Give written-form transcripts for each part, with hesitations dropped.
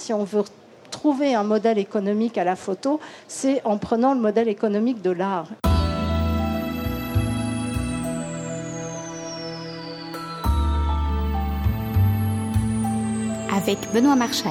si on veut trouver un modèle économique à la photo, c'est en prenant le modèle économique de l'art. Avec Benoît Marchal.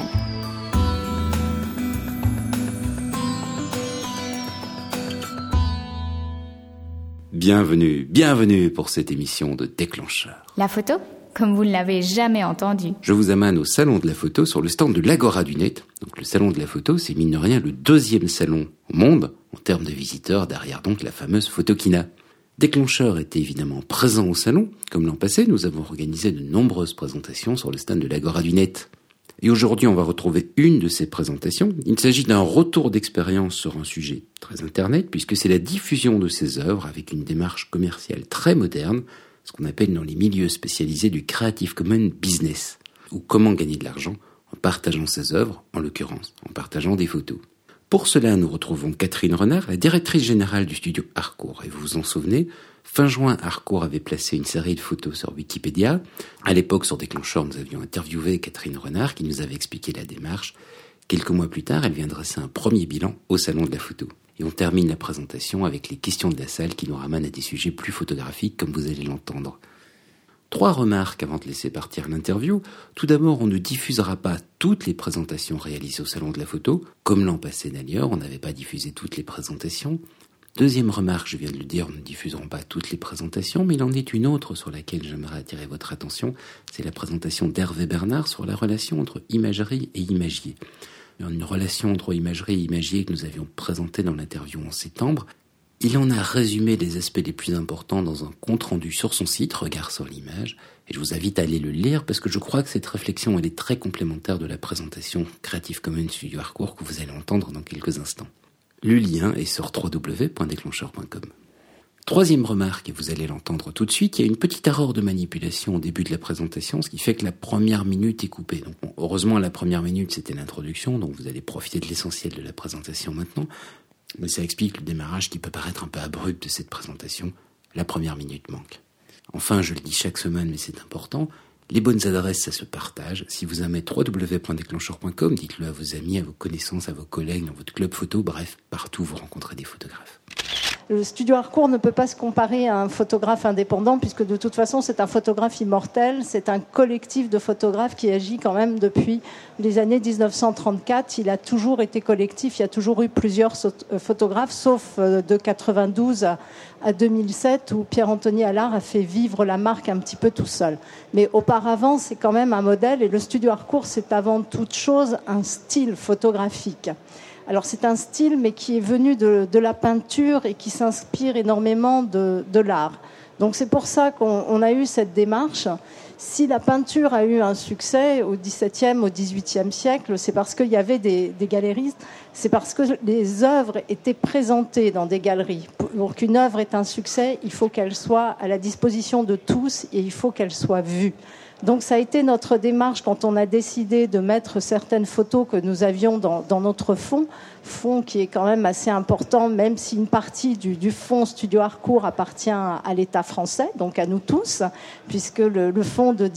Bienvenue pour cette émission de Déclencheur. La photo, comme vous ne l'avez jamais entendu. Je vous amène au salon de la photo sur le stand de l'Agora du Net. Donc le salon de la photo, c'est mine de rien le 2e salon au monde en termes de visiteurs, derrière donc la fameuse Photokina. Déclencheur était évidemment présent au salon. Comme l'an passé, nous avons organisé de nombreuses présentations sur le stand de l'Agora du Net. Et aujourd'hui, on va retrouver une de ces présentations. Il s'agit d'un retour d'expérience sur un sujet très internet, puisque c'est la diffusion de ces œuvres avec une démarche commerciale très moderne, ce qu'on appelle dans les milieux spécialisés du Creative Commons Business, ou comment gagner de l'argent en partageant ses œuvres, en l'occurrence en partageant des photos. Pour cela, nous retrouvons Catherine Renard, la directrice générale du studio Harcourt. Et vous vous en souvenez, fin juin, Harcourt avait placé une série de photos sur Wikipédia. À l'époque, sur Déclencheur, nous avions interviewé Catherine Renard qui nous avait expliqué la démarche. Quelques mois plus tard, elle vient dresser un premier bilan au salon de la photo. Et on termine la présentation avec les questions de la salle qui nous ramènent à des sujets plus photographiques, comme vous allez l'entendre. 3 remarques avant de laisser partir l'interview. Tout d'abord, on ne diffusera pas toutes les présentations réalisées au salon de la photo. Comme l'an passé d'ailleurs, on n'avait pas diffusé toutes les présentations. Deuxième remarque, je viens de le dire, nous ne diffuserons pas toutes les présentations, mais il en est une autre sur laquelle j'aimerais attirer votre attention. C'est la présentation d'Hervé Bernard sur la relation entre imagerie et imagier. Une relation entre imagerie et imagier que nous avions présentée dans l'interview en septembre. Il en a résumé les aspects les plus importants dans un compte-rendu sur son site, Regard sur l'image, et je vous invite à aller le lire parce que je crois que cette réflexion elle est très complémentaire de la présentation Creative Commons Studio Harcourt que vous allez entendre dans quelques instants. Le lien est sur www.déclencheur.com. Troisième remarque, et vous allez l'entendre tout de suite, il y a une petite erreur de manipulation au début de la présentation, ce qui fait que la première minute est coupée. Donc bon, heureusement, la première minute, c'était l'introduction, donc vous allez profiter de l'essentiel de la présentation maintenant. Mais ça explique le démarrage qui peut paraître un peu abrupt de cette présentation. La première minute manque. Enfin, je le dis chaque semaine, mais c'est important, les bonnes adresses, ça se partage. Si vous aimez www.déclencheur.com, dites-le à vos amis, à vos connaissances, à vos collègues, dans votre club photo, bref, partout où vous rencontrez des photographes. Le studio Harcourt ne peut pas se comparer à un photographe indépendant puisque de toute façon c'est un photographe immortel, c'est un collectif de photographes qui agit quand même depuis les années 1934. Il a toujours été collectif, il y a toujours eu plusieurs photographes sauf de 92 à 2007 où Pierre-Anthony Allard a fait vivre la marque un petit peu tout seul. Mais auparavant c'est quand même un modèle et le studio Harcourt c'est avant toute chose un style photographique. Alors c'est un style mais qui est venu de la peinture et qui s'inspire énormément de l'art. Donc c'est pour ça qu'on a eu cette démarche. Si la peinture a eu un succès au XVIIe, au XVIIIe siècle, c'est parce qu'il y avait des galeristes, c'est parce que les œuvres étaient présentées dans des galeries. Pour qu'une œuvre ait un succès, il faut qu'elle soit à la disposition de tous et il faut qu'elle soit vue. Donc ça a été notre démarche quand on a décidé de mettre certaines photos que nous avions dans notre fonds qui est quand même assez important, même si une partie du fonds Studio Harcourt appartient à l'État français, donc à nous tous, puisque le fonds de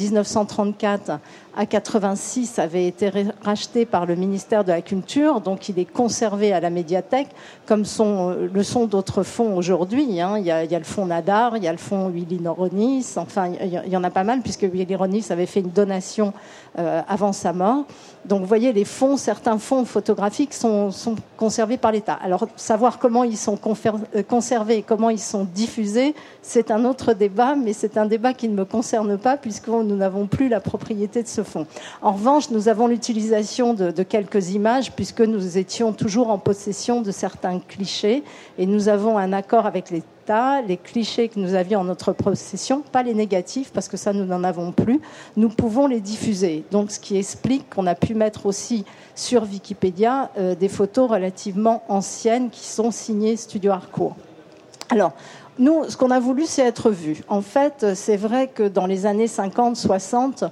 1934 à 86 avait été racheté par le ministère de la Culture, donc il est conservé à la médiathèque, comme le sont d'autres fonds aujourd'hui. Il y a le fonds Nadar, il y a le fonds Willy-Ronis, enfin il y en a pas mal, puisque Willy-Ronis avait fait une donation avant sa mort. Donc vous voyez, certains fonds photographiques sont conservés par l'État. Alors savoir comment ils sont conservés et comment ils sont diffusés, c'est un autre débat, mais c'est un débat qui ne me concerne pas puisque nous n'avons plus la propriété de ce fonds. En revanche, nous avons l'utilisation de quelques images puisque nous étions toujours en possession de certains clichés et nous avons un accord avec l'État. Les clichés que nous avions en notre possession, pas les négatifs parce que ça nous n'en avons plus, nous pouvons les diffuser. Donc ce qui explique qu'on a pu mettre aussi sur Wikipédia des photos relativement anciennes qui sont signées Studio Harcourt. Alors, nous, ce qu'on a voulu, c'est être vu. En fait, c'est vrai que dans les années 50, 60,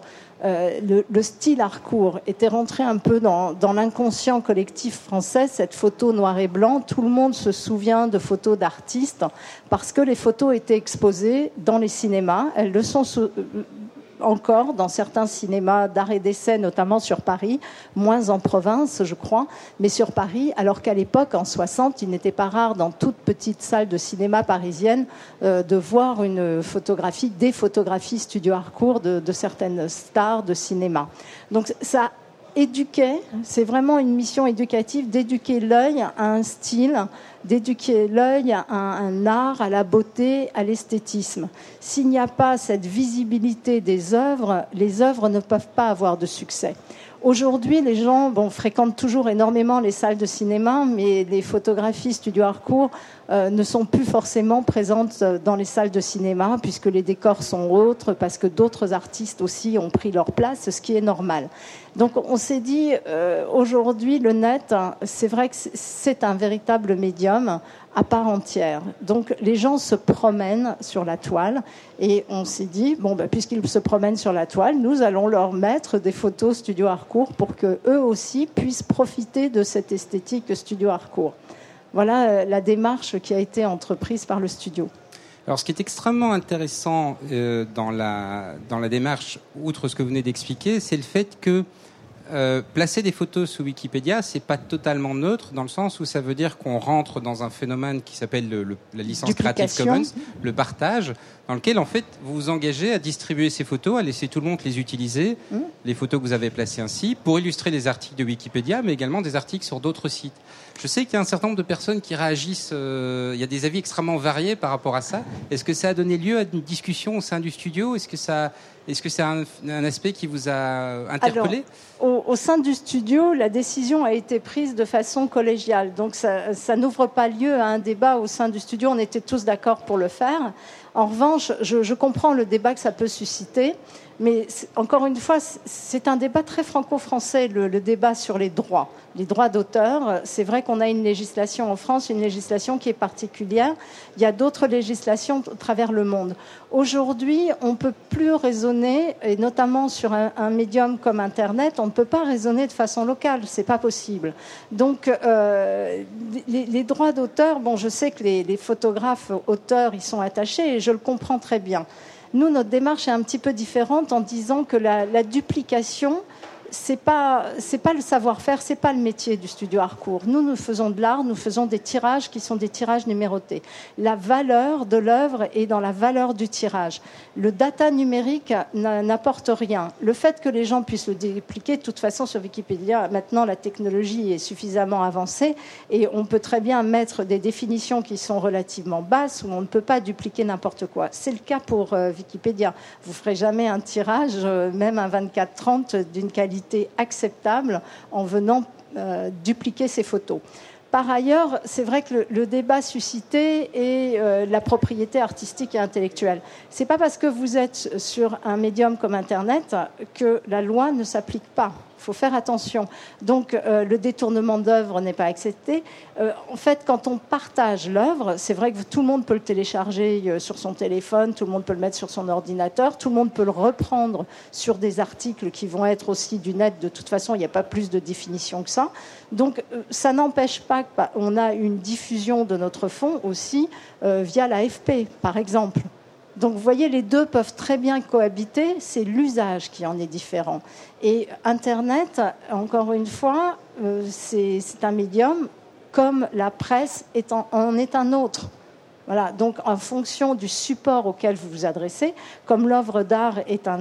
le style Harcourt était rentré un peu dans l'inconscient collectif français, cette photo noir et blanc. Tout le monde se souvient de photos d'artistes parce que les photos étaient exposées dans les cinémas. Elles le sont encore dans certains cinémas d'art et d'essai, notamment sur Paris, moins en province, je crois, mais sur Paris, alors qu'à l'époque, en 60, il n'était pas rare dans toute petite salle de cinéma parisienne de voir des photographies studio Harcourt de certaines stars de cinéma. Donc ça éduquait, c'est vraiment une mission éducative d'éduquer l'œil à un style, d'éduquer l'œil à un art, à la beauté, à l'esthétisme. S'il n'y a pas cette visibilité des œuvres, les œuvres ne peuvent pas avoir de succès. Aujourd'hui, les gens fréquentent toujours énormément les salles de cinéma, mais les photographies studio Harcourt ne sont plus forcément présentes dans les salles de cinéma, puisque les décors sont autres, parce que d'autres artistes aussi ont pris leur place, ce qui est normal. Donc on s'est dit, aujourd'hui, le net, c'est vrai que c'est un véritable médium à part entière. Donc les gens se promènent sur la toile et on s'est dit, puisqu'ils se promènent sur la toile, nous allons leur mettre des photos studio Harcourt pour qu'eux aussi puissent profiter de cette esthétique studio Harcourt. Voilà la démarche qui a été entreprise par le studio. Alors, ce qui est extrêmement intéressant dans la démarche, outre ce que vous venez d'expliquer, c'est le fait que placer des photos sous Wikipédia, c'est pas totalement neutre, dans le sens où ça veut dire qu'on rentre dans un phénomène qui s'appelle la licence Creative Commons, le partage, dans lequel en fait vous vous engagez à distribuer ces photos, à laisser tout le monde les utiliser, les photos que vous avez placées ainsi, pour illustrer des articles de Wikipédia, mais également des articles sur d'autres sites. Je sais qu'il y a un certain nombre de personnes qui réagissent, il y a des avis extrêmement variés par rapport à ça. Est-ce que ça a donné lieu à une discussion au sein du studio ? Est-ce que c'est un aspect qui vous a interpellé ? Alors, au sein du studio, la décision a été prise de façon collégiale. Donc ça n'ouvre pas lieu à un débat au sein du studio. On était tous d'accord pour le faire. En revanche, je comprends le débat que ça peut susciter. Mais encore une fois, c'est un débat très franco-français, le débat sur les droits d'auteur. C'est vrai qu'on a une législation en France, une législation qui est particulière. Il y a d'autres législations à travers le monde. Aujourd'hui, on ne peut plus raisonner, et notamment sur un médium comme Internet, on ne peut pas raisonner de façon locale. C'est pas possible. Donc, les droits d'auteur, je sais que les photographes auteurs y sont attachés, et je le comprends très bien. Nous, notre démarche est un petit peu différente en disant que la duplication, c'est pas le savoir-faire, c'est pas le métier du studio Harcourt. Nous faisons de l'art, nous faisons des tirages qui sont des tirages numérotés. La valeur de l'œuvre est dans la valeur du tirage. Le data numérique n'apporte rien. Le fait que les gens puissent le dupliquer, de toute façon, sur Wikipédia, maintenant, la technologie est suffisamment avancée et on peut très bien mettre des définitions qui sont relativement basses où on ne peut pas dupliquer n'importe quoi. C'est le cas pour Wikipédia. Vous ferez jamais un tirage, même un 24-30 d'une qualité acceptable en venant dupliquer ces photos. Par ailleurs, c'est vrai que le débat suscité est la propriété artistique et intellectuelle. C'est pas parce que vous êtes sur un médium comme Internet que la loi ne s'applique pas. Il faut faire attention. Donc, le détournement d'œuvre n'est pas accepté. En fait, quand on partage l'œuvre, c'est vrai que tout le monde peut le télécharger sur son téléphone, tout le monde peut le mettre sur son ordinateur, tout le monde peut le reprendre sur des articles qui vont être aussi du net. De toute façon, il n'y a pas plus de définition que ça. Donc, ça n'empêche pas qu'on a une diffusion de notre fonds aussi via l'AFP, par exemple. Donc, vous voyez, les deux peuvent très bien cohabiter. C'est l'usage qui en est différent. Et Internet, encore une fois, c'est un médium comme la presse en est un autre. Voilà. Donc, en fonction du support auquel vous vous adressez, comme l'œuvre d'art est un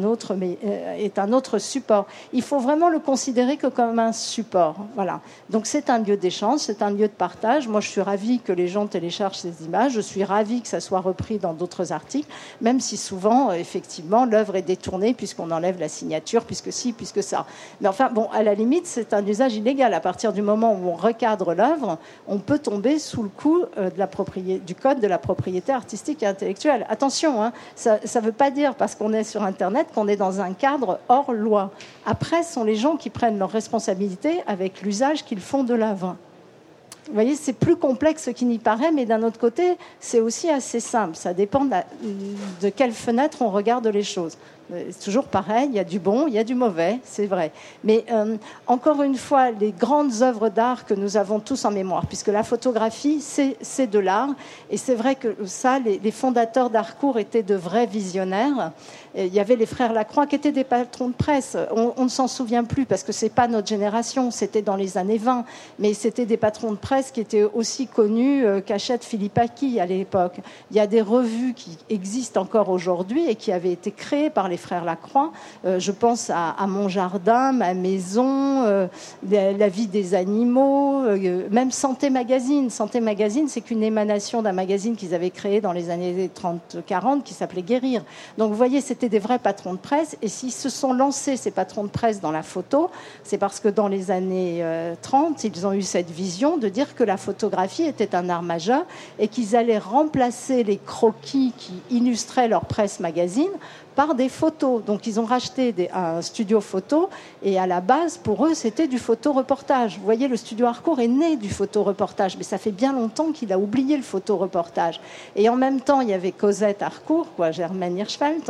autre support, il faut vraiment le considérer que comme un support. Voilà. Donc, c'est un lieu d'échange, c'est un lieu de partage. Moi, je suis ravie que les gens téléchargent ces images. Je suis ravie que ça soit repris dans d'autres articles, même si souvent, effectivement, l'œuvre est détournée puisqu'on enlève la signature, puisque ci, puisque ça. Mais enfin, à la limite, c'est un usage illégal. À partir du moment où on recadre l'œuvre, on peut tomber sous le coup du code de la propriété artistique et intellectuelle. Attention, ça ne veut pas dire, parce qu'on est sur Internet, qu'on est dans un cadre hors loi. Après, ce sont les gens qui prennent leurs responsabilités avec l'usage qu'ils font de l'œuvre. Vous voyez, c'est plus complexe qu'il n'y paraît, mais d'un autre côté, c'est aussi assez simple. Ça dépend de quelle fenêtre on regarde les choses. C'est toujours pareil, il y a du bon, il y a du mauvais, c'est vrai. Mais encore une fois, les grandes œuvres d'art que nous avons tous en mémoire, puisque la photographie, c'est de l'art. Et c'est vrai que ça, les fondateurs d'Harcourt étaient de vrais visionnaires. Il y avait les frères Lacroix qui étaient des patrons de presse. On ne s'en souvient plus parce que c'est pas notre génération, c'était dans les années 20. Mais c'était des patrons de presse qui étaient aussi connus qu'Hachette Philippe Aki à l'époque. Il y a des revues qui existent encore aujourd'hui et qui avaient été créées par les frères Lacroix. Je pense à Mon Jardin, Ma Maison, La Vie des Animaux, même Santé Magazine. Santé Magazine, c'est qu'une émanation d'un magazine qu'ils avaient créé dans les années 30-40 qui s'appelait Guérir. Donc vous voyez, c'était des vrais patrons de presse. Et s'ils se sont lancés, ces patrons de presse, dans la photo, c'est parce que dans les années 30, ils ont eu cette vision de dire que la photographie était un art majeur et qu'ils allaient remplacer les croquis qui illustraient leur presse magazine par des photos. Donc ils ont racheté un studio photo et à la base, pour eux, c'était du photoreportage. Vous voyez, le studio Harcourt est né du photoreportage, mais ça fait bien longtemps qu'il a oublié le photoreportage. Et en même temps, il y avait Cosette Harcourt, Germaine Hirschfeld,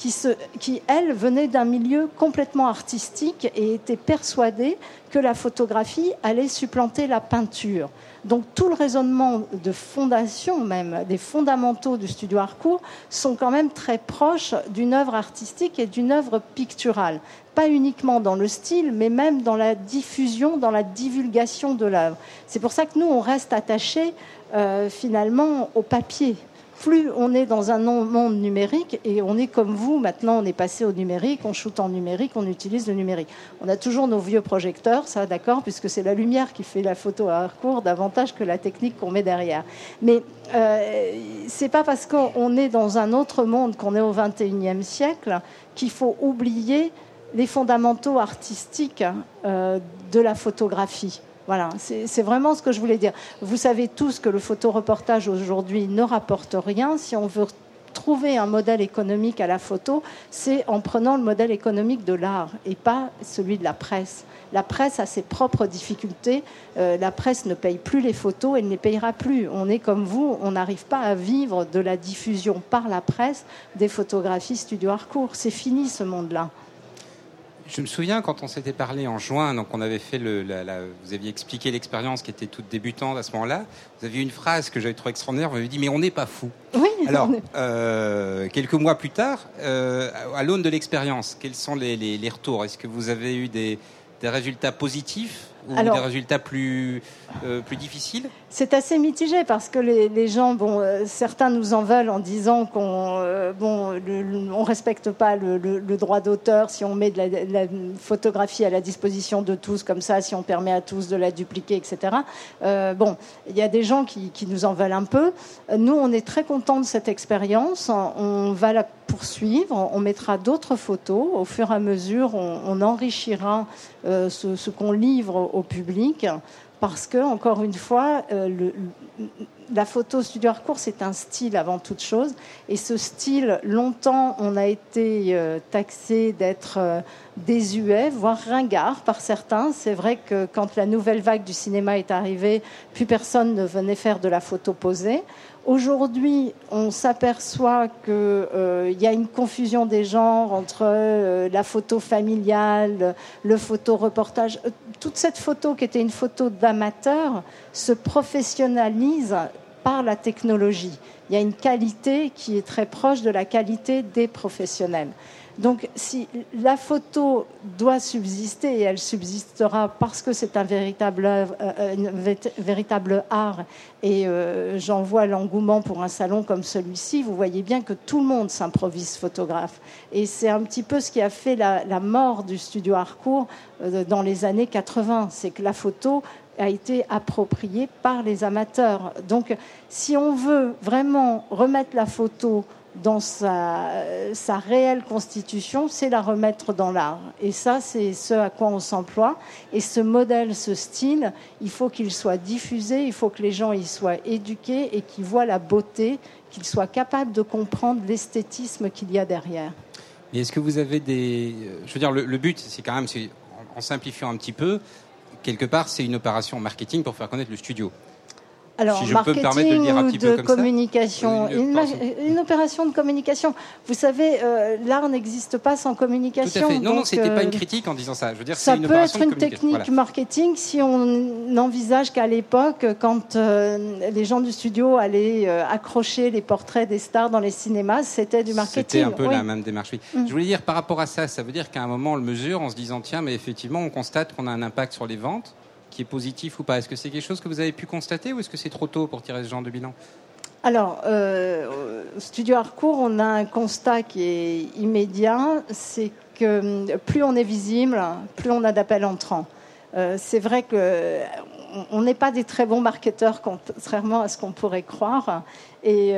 qui, elle, venait d'un milieu complètement artistique et était persuadée que la photographie allait supplanter la peinture. Donc tout le raisonnement de fondation, même des fondamentaux du studio Harcourt, sont quand même très proches d'une œuvre artistique et d'une œuvre picturale. Pas uniquement dans le style, mais même dans la diffusion, dans la divulgation de l'œuvre. C'est pour ça que nous, on reste attachés finalement au papier. Plus on est dans un monde numérique, et on est comme vous, maintenant on est passé au numérique, on shoot en numérique, on utilise le numérique. On a toujours nos vieux projecteurs, ça d'accord, puisque c'est la lumière qui fait la photo à Harcourt davantage que la technique qu'on met derrière. Mais c'est pas parce qu'on est dans un autre monde, qu'on est au XXIe siècle, qu'il faut oublier les fondamentaux artistiques de la photographie. Voilà, c'est vraiment ce que je voulais dire. Vous savez tous que le photoreportage aujourd'hui ne rapporte rien. Si on veut trouver un modèle économique à la photo, c'est en prenant le modèle économique de l'art et pas celui de la presse. La presse a ses propres difficultés. La presse ne paye plus les photos, elle ne les payera plus. On est comme vous, on n'arrive pas à vivre de la diffusion par la presse des photographies Studio Harcourt. C'est fini ce monde-là. Je me souviens quand on s'était parlé en juin, donc on avait fait vous aviez expliqué l'expérience qui était toute débutante à ce moment-là. Vous aviez une phrase que j'avais trouvée extraordinaire. Vous m'avez dit mais on n'est pas fou. Oui. Alors quelques mois plus tard, à l'aune de l'expérience, quels sont les retours ? Est-ce que vous avez eu des résultats positifs ou des résultats plus difficiles ? C'est assez mitigé parce que les gens, certains nous en veulent en disant qu'on on respecte pas le droit d'auteur si on met de la photographie à la disposition de tous comme ça, si on permet à tous de la dupliquer, etc. Il y a des gens qui nous en veulent un peu. Nous, on est très contents de cette expérience. On va la poursuivre. On mettra d'autres photos. Au fur et à mesure, on enrichira ce qu'on livre au public. Parce que, encore une fois, la photo Studio Harcourt, c'est un style avant toute chose. Et ce style, longtemps, on a été taxé d'être désuet, voire ringard par certains. C'est vrai que quand la nouvelle vague du cinéma est arrivée, plus personne ne venait faire de la photo posée. Aujourd'hui, on s'aperçoit qu'il y a une confusion des genres entre la photo familiale, le photoreportage. Toute cette photo qui était une photo d'amateur se professionnalise par la technologie. Il y a une qualité qui est très proche de la qualité des professionnels. Donc, si la photo doit subsister, et elle subsistera parce que c'est un véritable art, et j'en vois l'engouement pour un salon comme celui-ci, vous voyez bien que tout le monde s'improvise photographe. Et c'est un petit peu ce qui a fait la mort du studio Harcourt dans les années 80. C'est que la photo a été appropriée par les amateurs. Donc, si on veut vraiment remettre la photo dans sa réelle constitution, c'est la remettre dans l'art. Et ça, c'est ce à quoi on s'emploie. Et ce modèle, ce style, il faut qu'il soit diffusé, il faut que les gens y soient éduqués et qu'ils voient la beauté, qu'ils soient capables de comprendre l'esthétisme qu'il y a derrière. Et est-ce que vous avez Je veux dire, le but, c'est quand même, en simplifiant un petit peu, quelque part, c'est une opération marketing pour faire connaître le studio. Alors, si je peux me permettre de le dire un petit peu comme communication, une opération de communication. Vous savez, l'art n'existe pas sans communication. Tout à fait. Non, c'était pas une critique en disant ça. Je veux dire, c'est une opération de communication. Ça peut être une technique marketing si on n'envisage qu'à l'époque, quand les gens du studio allaient accrocher les portraits des stars dans les cinémas, c'était du marketing. C'était un peu la même démarche, oui. Je voulais dire, par rapport à ça, ça veut dire qu'à un moment, on le mesure en se disant, tiens, mais effectivement, on constate qu'on a un impact sur les ventes, qui est positif ou pas. Est-ce que c'est quelque chose que vous avez pu constater ou est-ce que c'est trop tôt pour tirer ce genre de bilan ? Alors, au Studio Harcourt, on a un constat qui est immédiat, c'est que plus on est visible, plus on a d'appels entrants. C'est vrai qu'on n'est pas des très bons marketeurs, contrairement à ce qu'on pourrait croire. Et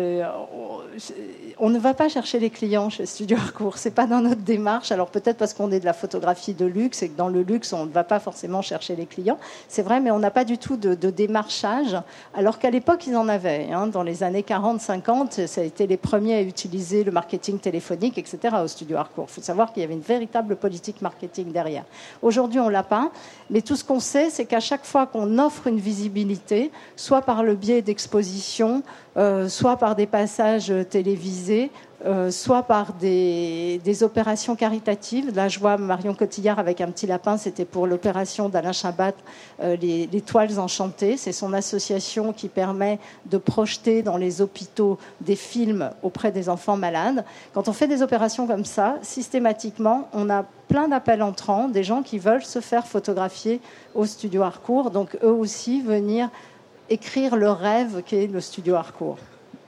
on ne va pas chercher les clients chez Studio Harcourt. C'est pas dans notre démarche. Alors peut-être parce qu'on est de la photographie de luxe et que dans le luxe on ne va pas forcément chercher les clients. C'est vrai, mais on n'a pas du tout de démarchage. Alors qu'à l'époque ils en avaient. Dans les années 40-50, ça a été les premiers à utiliser le marketing téléphonique, etc. au Studio Harcourt. Il faut savoir qu'il y avait une véritable politique marketing derrière. Aujourd'hui on l'a pas. Mais tout ce qu'on sait, c'est qu'à chaque fois qu'on offre une visibilité, soit par le biais d'expositions, soit par des passages télévisés, soit par des opérations caritatives. Là, je vois Marion Cotillard avec un petit lapin, c'était pour l'opération d'Alain Chabat, les Toiles Enchantées. C'est son association qui permet de projeter dans les hôpitaux des films auprès des enfants malades. Quand on fait des opérations comme ça, systématiquement, on a plein d'appels entrants, des gens qui veulent se faire photographier au Studio Harcourt, donc eux aussi venir écrire le rêve qu'est le Studio Harcourt.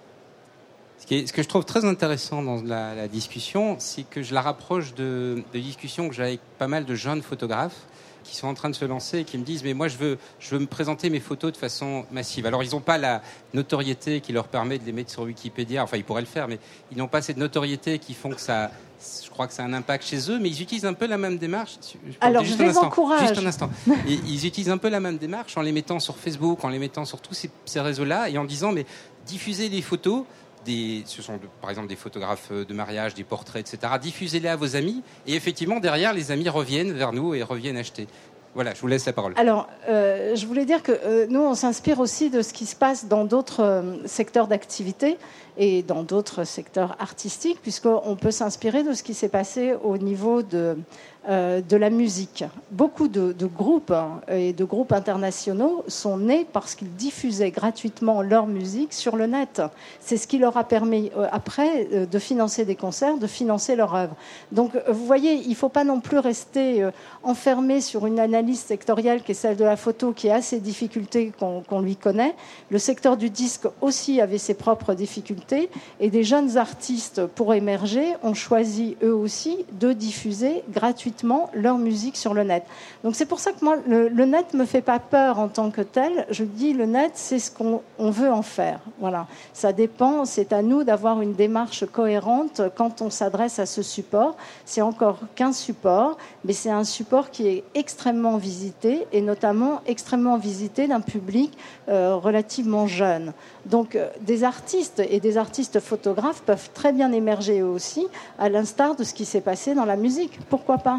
Ce que je trouve très intéressant dans la discussion, c'est que je la rapproche de discussions que j'ai avec pas mal de jeunes photographes qui sont en train de se lancer et qui me disent mais moi je veux me présenter mes photos de façon massive. Alors ils n'ont pas la notoriété qui leur permet de les mettre sur Wikipédia, enfin ils pourraient le faire, mais ils n'ont pas cette notoriété qui font que ça, je crois que ça a un impact chez eux, mais ils utilisent un peu la même démarche. Alors je les encourage. Juste un instant. Et ils utilisent un peu la même démarche en les mettant sur Facebook, en les mettant sur tous ces réseaux-là et en disant mais diffusez les photos. Ce sont par exemple des photographes de mariage, des portraits, etc. Diffusez-les à vos amis et effectivement derrière les amis reviennent vers nous et reviennent acheter. Voilà, je vous laisse la parole. Alors, je voulais dire que nous, on s'inspire aussi de ce qui se passe dans d'autres secteurs d'activité et dans d'autres secteurs artistiques, puisqu'on peut s'inspirer de ce qui s'est passé au niveau de la musique. Beaucoup de groupes et de groupes internationaux sont nés parce qu'ils diffusaient gratuitement leur musique sur le net. C'est ce qui leur a permis après de financer des concerts, de financer leur œuvre. Donc vous voyez, il ne faut pas non plus rester enfermé sur une analyse sectorielle qui est celle de la photo, qui a ses difficultés qu'on lui connaît. Le secteur du disque aussi avait ses propres difficultés et des jeunes artistes, pour émerger, ont choisi eux aussi de diffuser gratuitement leur musique sur le net. Donc c'est pour ça que moi, le net me fait pas peur en tant que tel. Je dis le net, c'est ce qu'on veut en faire. Voilà. Ça dépend, c'est à nous d'avoir une démarche cohérente quand on s'adresse à ce support. C'est encore qu'un support, mais c'est un support qui est extrêmement visité et notamment extrêmement visité d'un public relativement jeune. Donc des artistes et des artistes photographes peuvent très bien émerger eux aussi, à l'instar de ce qui s'est passé dans la musique. Pourquoi pas ?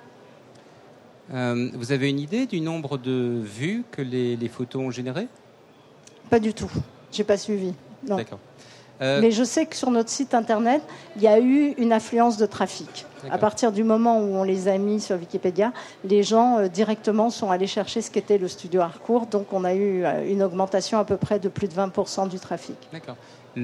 Vous avez une idée du nombre de vues que les photos ont généré ? Pas du tout. J'ai pas suivi. Non. D'accord. Mais je sais que sur notre site internet, il y a eu une affluence de trafic. À partir du moment où on les a mis sur Wikipédia, les gens directement sont allés chercher ce qu'était le Studio Harcourt. Donc on a eu une augmentation à peu près de plus de 20% du trafic. D'accord.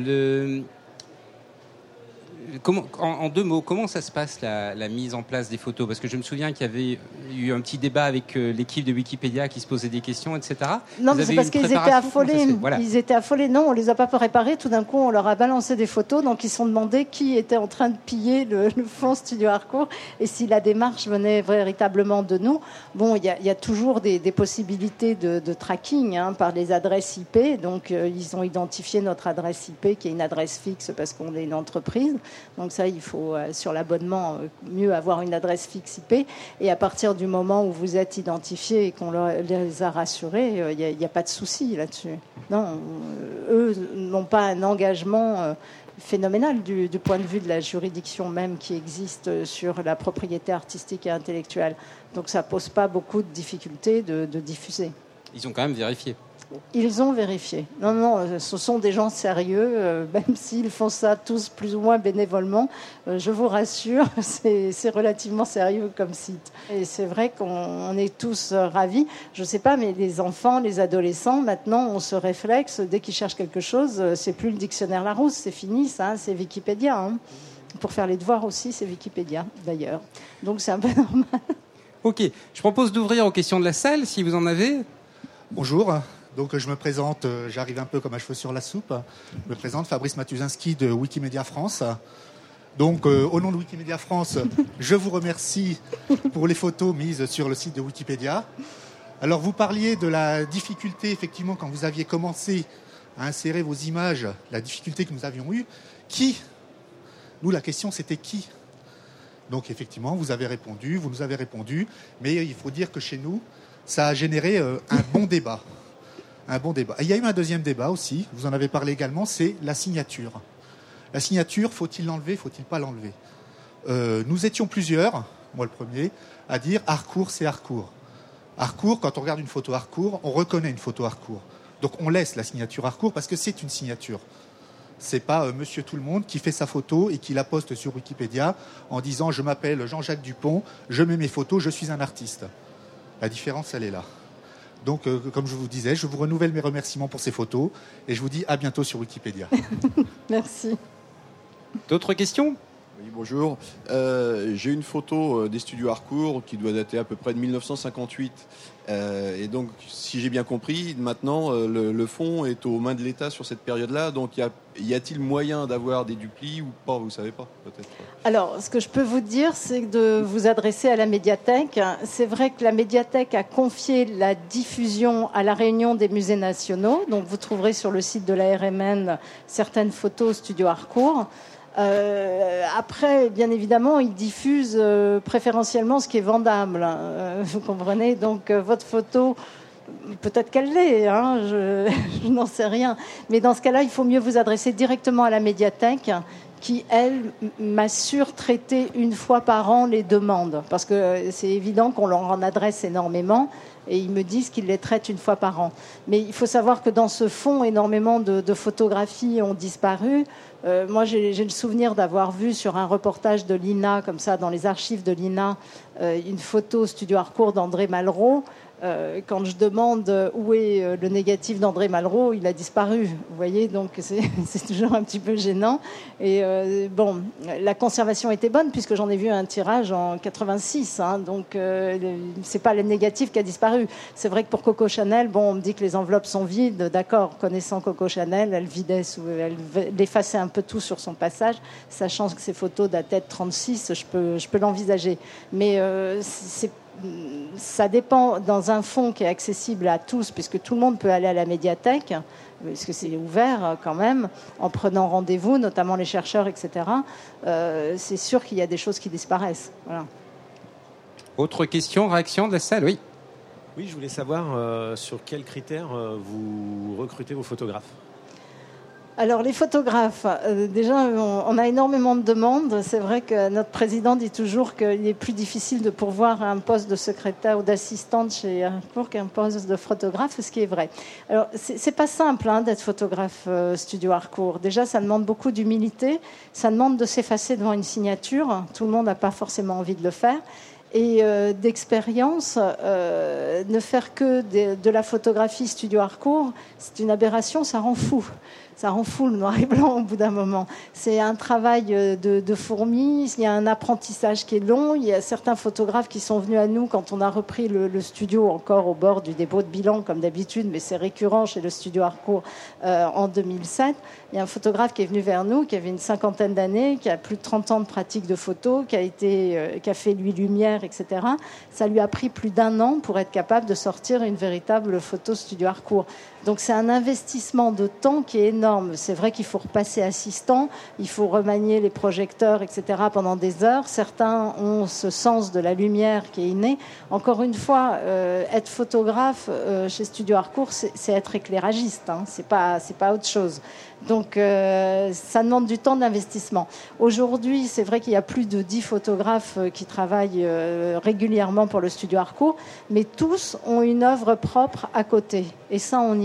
En deux mots, comment ça se passe la mise en place des photos ? Parce que je me souviens qu'il y avait eu un petit débat avec l'équipe de Wikipédia qui se posait des questions, etc. Non, mais c'est parce qu'ils étaient affolés. Voilà. Ils étaient affolés. Non, on les a pas préparés. Tout d'un coup, on leur a balancé des photos. Donc, ils se sont demandé qui était en train de piller le fonds Studio Harcourt et si la démarche venait véritablement de nous. Bon, il y a toujours des possibilités de tracking par les adresses IP. Donc, ils ont identifié notre adresse IP qui est une adresse fixe parce qu'on est une entreprise. Donc ça, il faut, sur l'abonnement, mieux avoir une adresse fixe IP. Et à partir du moment où vous êtes identifié et qu'on les a rassurés, il n'y a pas de souci là-dessus. Non, eux n'ont pas un engagement phénoménal du point de vue de la juridiction même qui existe sur la propriété artistique et intellectuelle. Donc ça ne pose pas beaucoup de difficultés de diffuser. Ils ont quand même vérifié. Ils ont vérifié. Non, ce sont des gens sérieux, même s'ils font ça tous plus ou moins bénévolement. Je vous rassure, c'est relativement sérieux comme site. Et c'est vrai qu'on est tous ravis. Je ne sais pas, mais les enfants, les adolescents, maintenant, ont ce réflexe. Dès qu'ils cherchent quelque chose, c'est plus le dictionnaire Larousse, c'est fini, ça, c'est Wikipédia. Hein. Pour faire les devoirs aussi, c'est Wikipédia, d'ailleurs. Donc c'est un peu normal. Ok, je propose d'ouvrir aux questions de la salle, si vous en avez. Bonjour. Donc je me présente, j'arrive un peu comme un cheveu sur la soupe. Je me présente, Fabrice Matuszynski de Wikimedia France. Donc au nom de Wikimedia France, je vous remercie pour les photos mises sur le site de Wikipédia. Alors vous parliez de la difficulté, effectivement, quand vous aviez commencé à insérer vos images, la difficulté que nous avions eue. Qui ? Nous, la question, c'était qui ? Donc effectivement, vous nous avez répondu, mais il faut dire que chez nous, ça a généré un bon débat. Et il y a eu un deuxième débat aussi, vous en avez parlé également, c'est la signature. La signature, faut-il l'enlever, faut-il pas l'enlever ? Nous étions plusieurs, moi le premier, à dire Harcourt, c'est Harcourt. Harcourt, quand on regarde une photo Harcourt, on reconnaît une photo Harcourt. Donc on laisse la signature Harcourt parce que c'est une signature. C'est pas Monsieur Tout-le-Monde qui fait sa photo et qui la poste sur Wikipédia en disant « Je m'appelle Jean-Jacques Dupont, je mets mes photos, je suis un artiste ». La différence, elle est là. Donc, comme je vous disais, je vous renouvelle mes remerciements pour ces photos et je vous dis à bientôt sur Wikipédia. Merci. D'autres questions ? Oui, bonjour. J'ai une photo des studios Harcourt qui doit dater à peu près de 1958. Et donc, si j'ai bien compris, maintenant, le fonds est aux mains de l'État sur cette période-là. Donc, y a-t-il moyen d'avoir des duplis ou pas ? Vous ne savez pas, peut-être. Alors, ce que je peux vous dire, c'est de vous adresser à la médiathèque. C'est vrai que la médiathèque a confié la diffusion à la réunion des musées nationaux. Donc, vous trouverez sur le site de la RMN certaines photos studio Harcourt. Après, bien évidemment, ils diffusent préférentiellement ce qui est vendable. Vous comprenez ? Donc, votre photo, peut-être qu'elle l'est, hein, je n'en sais rien. Mais dans ce cas-là, il faut mieux vous adresser directement à la médiathèque qui, elle, m'assure traiter une fois par an les demandes. Parce que c'est évident qu'on leur en adresse énormément et ils me disent qu'ils les traitent une fois par an. Mais il faut savoir que dans ce fonds, énormément de photographies ont disparu. Moi, j'ai le souvenir d'avoir vu sur un reportage de l'INA, comme ça, dans les archives de l'INA, une photo studio Harcourt d'André Malraux. Quand je demande où est le négatif d'André Malraux, il a disparu. Vous voyez, donc c'est toujours un petit peu gênant. Et bon, la conservation était bonne puisque j'en ai vu un tirage en 86. Hein, donc c'est pas le négatif qui a disparu. C'est vrai que pour Coco Chanel, bon, on me dit que les enveloppes sont vides. D'accord, connaissant Coco Chanel, elle vidait, elle effaçait un peu tout sur son passage, sachant que ces photos dataient de 36, je peux l'envisager. Mais ça dépend dans un fonds qui est accessible à tous, puisque tout le monde peut aller à la médiathèque, parce que c'est ouvert quand même, en prenant rendez-vous, notamment les chercheurs, etc. C'est sûr qu'il y a des choses qui disparaissent. Voilà. Autre question, réaction de la salle ? Oui. Oui, je voulais savoir sur quels critères vous recrutez vos photographes. Alors les photographes, déjà on a énormément de demandes. C'est vrai que notre président dit toujours qu'il est plus difficile de pourvoir un poste de secrétaire ou d'assistante chez Harcourt qu'un poste de photographe, ce qui est vrai. Alors c'est pas simple d'être photographe studio Harcourt. Déjà ça demande beaucoup d'humilité, ça demande de s'effacer devant une signature. Tout le monde n'a pas forcément envie de le faire. Et d'expérience, ne faire que de la photographie studio Harcourt, c'est une aberration, ça rend fou. Ça rend fou le noir et blanc au bout d'un moment. C'est un travail de fourmi, il y a un apprentissage qui est long. Il y a certains photographes qui sont venus à nous quand on a repris le studio encore au bord du dépôt de bilan comme d'habitude, mais c'est récurrent chez le studio Harcourt en 2007. Il y a un photographe qui est venu vers nous, qui avait une 50aine d'années, qui a plus de 30 ans de pratique de photo, qui a fait lui lumière, etc. Ça lui a pris plus d'1 an pour être capable de sortir une véritable photo studio Harcourt. Donc c'est un investissement de temps qui est énorme. C'est vrai qu'il faut repasser assistant, il faut remanier les projecteurs, etc. pendant des heures. Certains ont ce sens de la lumière qui est inné. Encore une fois, être photographe chez Studio Harcourt, c'est être éclairagiste. C'est pas autre chose. Donc ça demande du temps d'investissement. Aujourd'hui, c'est vrai qu'il y a plus de 10 photographes qui travaillent régulièrement pour le Studio Harcourt, mais tous ont une œuvre propre à côté. Et ça, on y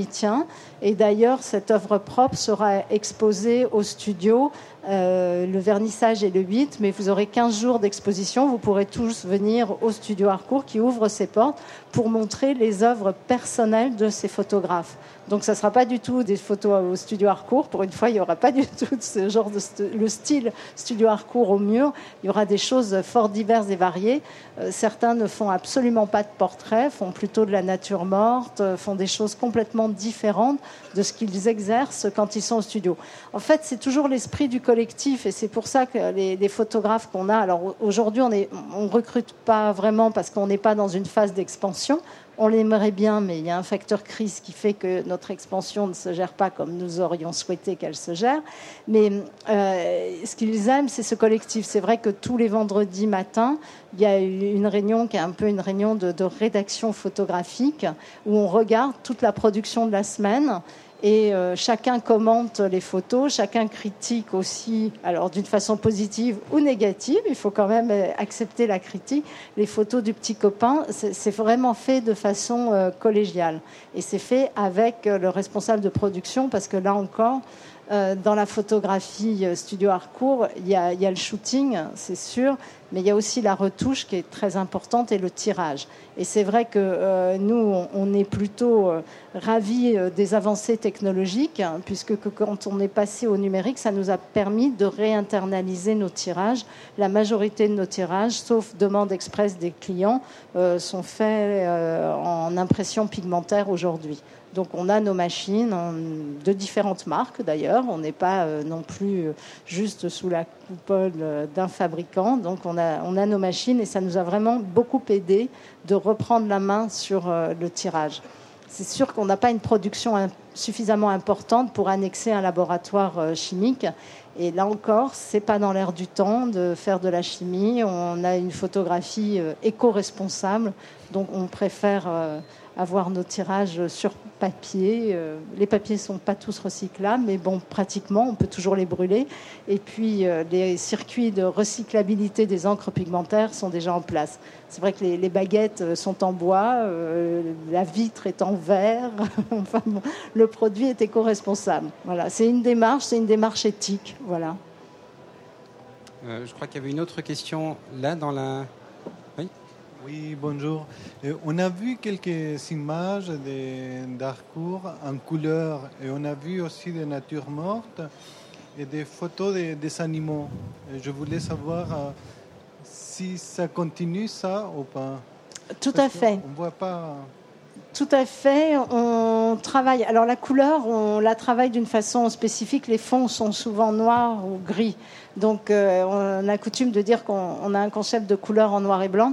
y tient. Et d'ailleurs, cette œuvre propre sera exposée au studio. Le vernissage est le 8, mais vous aurez 15 jours d'exposition. Vous pourrez tous venir au studio Harcourt qui ouvre ses portes pour montrer les œuvres personnelles de ces photographes. Donc ça ne sera pas du tout des photos au studio Harcourt. Pour une fois, il n'y aura pas du tout ce genre le style studio Harcourt au mur. Il y aura des choses fort diverses et variées. Certains ne font absolument pas de portraits, font plutôt de la nature morte, font des choses complètement différentes de ce qu'ils exercent quand ils sont au studio. En fait, c'est toujours l'esprit du collectif et c'est pour ça que les photographes qu'on a... Alors aujourd'hui, on ne recrute pas vraiment parce qu'on n'est pas dans une phase d'expansion. On l'aimerait bien, mais il y a un facteur crise qui fait que notre expansion ne se gère pas comme nous aurions souhaité qu'elle se gère. Mais ce qu'ils aiment, c'est ce collectif. C'est vrai que tous les vendredis matins, il y a une réunion qui est un peu une réunion de rédaction photographique où on regarde toute la production de la semaine. Et chacun commente les photos, chacun critique aussi, alors d'une façon positive ou négative, il faut quand même accepter la critique. Les photos du petit copain, c'est vraiment fait de façon collégiale. Et c'est fait avec le responsable de production, parce que là encore, dans la photographie studio Harcourt, il y a le shooting, c'est sûr, mais il y a aussi la retouche qui est très importante et le tirage. Et c'est vrai que nous, on est plutôt ravis des avancées technologiques, hein, puisque quand on est passé au numérique, ça nous a permis de réinternaliser nos tirages. La majorité de nos tirages, sauf demande express des clients, sont faits en impression pigmentaire aujourd'hui. Donc on a nos machines de différentes marques d'ailleurs, on n'est pas non plus juste sous la coupole d'un fabricant, donc on a nos machines et ça nous a vraiment beaucoup aidé de reprendre la main sur le tirage. C'est sûr qu'on n'a pas une production suffisamment importante pour annexer un laboratoire chimique. Et là encore, c'est pas dans l'air du temps de faire de la chimie. On a une photographie éco-responsable, donc on préfère avoir nos tirages sur papier. Les papiers sont pas tous recyclables, mais bon, pratiquement, on peut toujours les brûler. Et puis, les circuits de recyclabilité des encres pigmentaires sont déjà en place. C'est vrai que les baguettes sont en bois, la vitre est en verre. Enfin, bon, le produit est éco-responsable. Voilà, c'est une démarche éthique. Voilà. Je crois qu'il y avait une autre question là dans la... Oui, bonjour. On a vu quelques images d'Harcourt en couleur et on a vu aussi des natures mortes et des photos des animaux. Et je voulais savoir si ça continue ça ou pas. Tout à fait. On ne voit pas... Tout à fait. On travaille. Alors la couleur, on la travaille d'une façon spécifique. Les fonds sont souvent noirs ou gris. Donc on a coutume de dire qu'on a un concept de couleur en noir et blanc.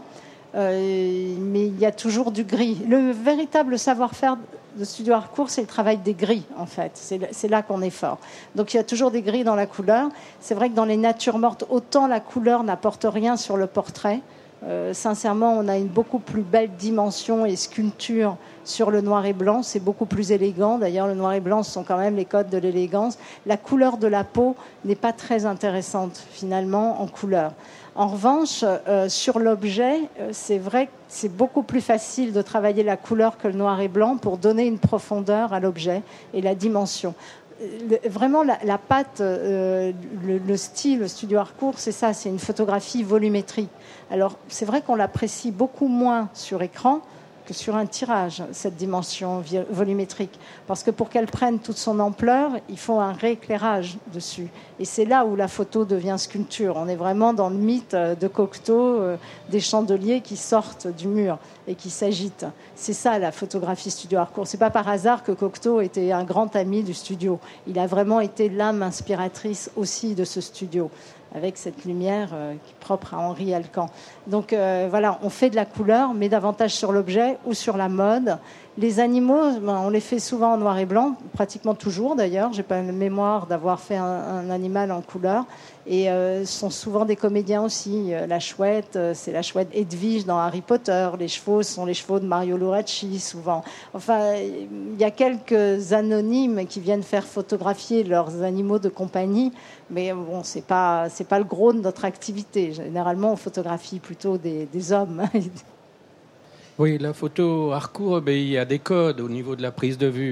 Mais il y a toujours du gris. Le véritable savoir-faire de studio Harcourt, c'est le travail des gris, en fait. C'est là qu'on est fort. Donc il y a toujours des gris dans la couleur. C'est vrai que dans les natures mortes, autant la couleur n'apporte rien sur le portrait. Sincèrement, on a une beaucoup plus belle dimension et sculpture sur le noir et blanc. C'est beaucoup plus élégant. D'ailleurs, le noir et blanc, ce sont quand même les codes de l'élégance. La couleur de la peau n'est pas très intéressante, finalement, en couleur. En revanche, sur l'objet, c'est vrai que c'est beaucoup plus facile de travailler la couleur que le noir et blanc pour donner une profondeur à l'objet et la dimension. Vraiment, la patte, le style, le studio Harcourt, c'est ça, c'est une photographie volumétrique. Alors, c'est vrai qu'on l'apprécie beaucoup moins sur écran que sur un tirage, cette dimension volumétrique. Parce que pour qu'elle prenne toute son ampleur, il faut un rééclairage dessus. Et c'est là où la photo devient sculpture. On est vraiment dans le mythe de Cocteau, des chandeliers qui sortent du mur et qui s'agitent. C'est ça la photographie studio Harcourt. C'est pas par hasard que Cocteau était un grand ami du studio. Il a vraiment été l'âme inspiratrice aussi de ce studio, avec cette lumière propre à Henri Alcan. Donc voilà, on fait de la couleur, mais davantage sur l'objet ou sur la mode. Les animaux, on les fait souvent en noir et blanc, pratiquement toujours d'ailleurs. J'ai pas la mémoire d'avoir fait un animal en couleur. Et ce sont souvent des comédiens aussi. La chouette, c'est la chouette Edwige dans Harry Potter. Les chevaux sont les chevaux de Mario Luracci, souvent. Enfin, il y a quelques anonymes qui viennent faire photographier leurs animaux de compagnie. Mais bon, c'est pas le gros de notre activité. Généralement, on photographie plutôt des hommes. Oui, la photo Harcourt, il y a des codes au niveau de la prise de vue.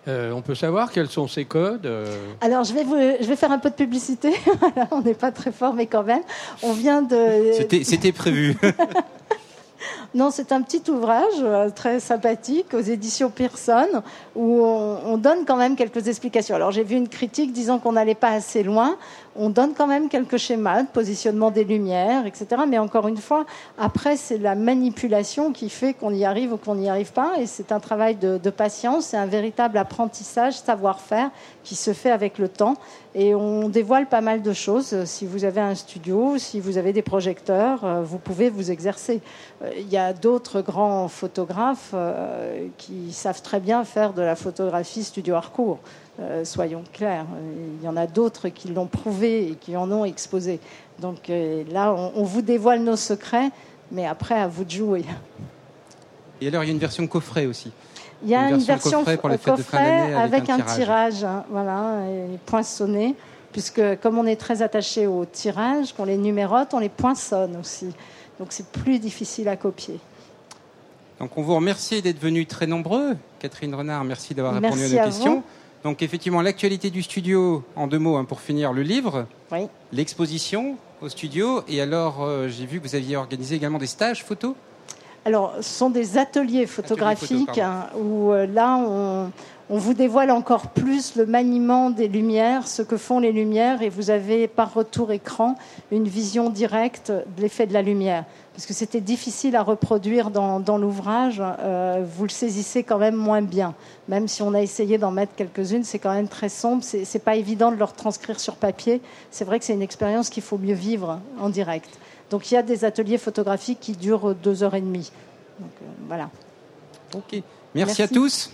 On peut savoir quels sont ces codes Alors, je vais faire un peu de publicité. Voilà, on n'est pas très fort, mais quand même. On vient de... C'était prévu. Non, c'est un petit ouvrage très sympathique aux éditions Pearson où on donne quand même quelques explications. Alors, j'ai vu une critique disant qu'on n'allait pas assez loin. On donne quand même quelques schémas de positionnement des lumières, etc. Mais encore une fois, après, c'est la manipulation qui fait qu'on y arrive ou qu'on n'y arrive pas. Et c'est un travail de patience, c'est un véritable apprentissage, savoir-faire qui se fait avec le temps. Et on dévoile pas mal de choses. Si vous avez un studio, si vous avez des projecteurs, vous pouvez vous exercer. Il y a d'autres grands photographes qui savent très bien faire de la photographie studio Harcourt. Soyons clairs, il y en a d'autres qui l'ont prouvé et qui en ont exposé. Donc là, on vous dévoile nos secrets, mais après, à vous de jouer. Et alors, il y a une version coffret aussi. Il y a une version coffret pour les fêtes de fin d'année avec un tirage, hein, voilà, et poinçonné, puisque comme on est très attaché au tirage, qu'on les numérote, on les poinçonne aussi. Donc c'est plus difficile à copier. Donc on vous remercie d'être venus très nombreux. Catherine Renard, merci d'avoir répondu à nos questions. Donc effectivement, l'actualité du studio, en 2 mots, hein, pour finir, le livre, oui. L'exposition au studio, et alors j'ai vu que vous aviez organisé également des stages photos. Alors, ce sont des ateliers photographiques où là, on vous dévoile encore plus le maniement des lumières, ce que font les lumières, et vous avez par retour écran une vision directe de l'effet de la lumière. Parce que c'était difficile à reproduire dans l'ouvrage, vous le saisissez quand même moins bien. Même si on a essayé d'en mettre quelques-unes, c'est quand même très sombre. C'est pas évident de le retranscrire sur papier. C'est vrai que c'est une expérience qu'il faut mieux vivre en direct. Donc il y a des ateliers photographiques qui durent 2h30. Donc voilà. Ok. Merci à tous.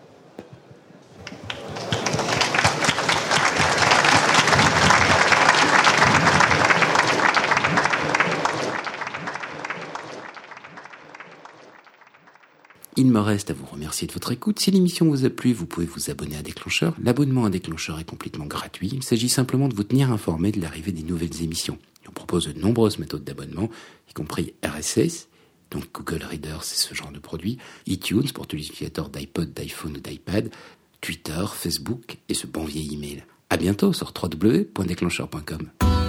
Il me reste à vous remercier de votre écoute. Si l'émission vous a plu, vous pouvez vous abonner à Déclencheur. L'abonnement à Déclencheur est complètement gratuit. Il s'agit simplement de vous tenir informé de l'arrivée des nouvelles émissions. On propose de nombreuses méthodes d'abonnement, y compris RSS, donc Google Reader, c'est ce genre de produit, iTunes pour tous les utilisateurs d'iPod, d'iPhone ou d'iPad, Twitter, Facebook et ce bon vieil email. À bientôt sur www.déclencheur.com.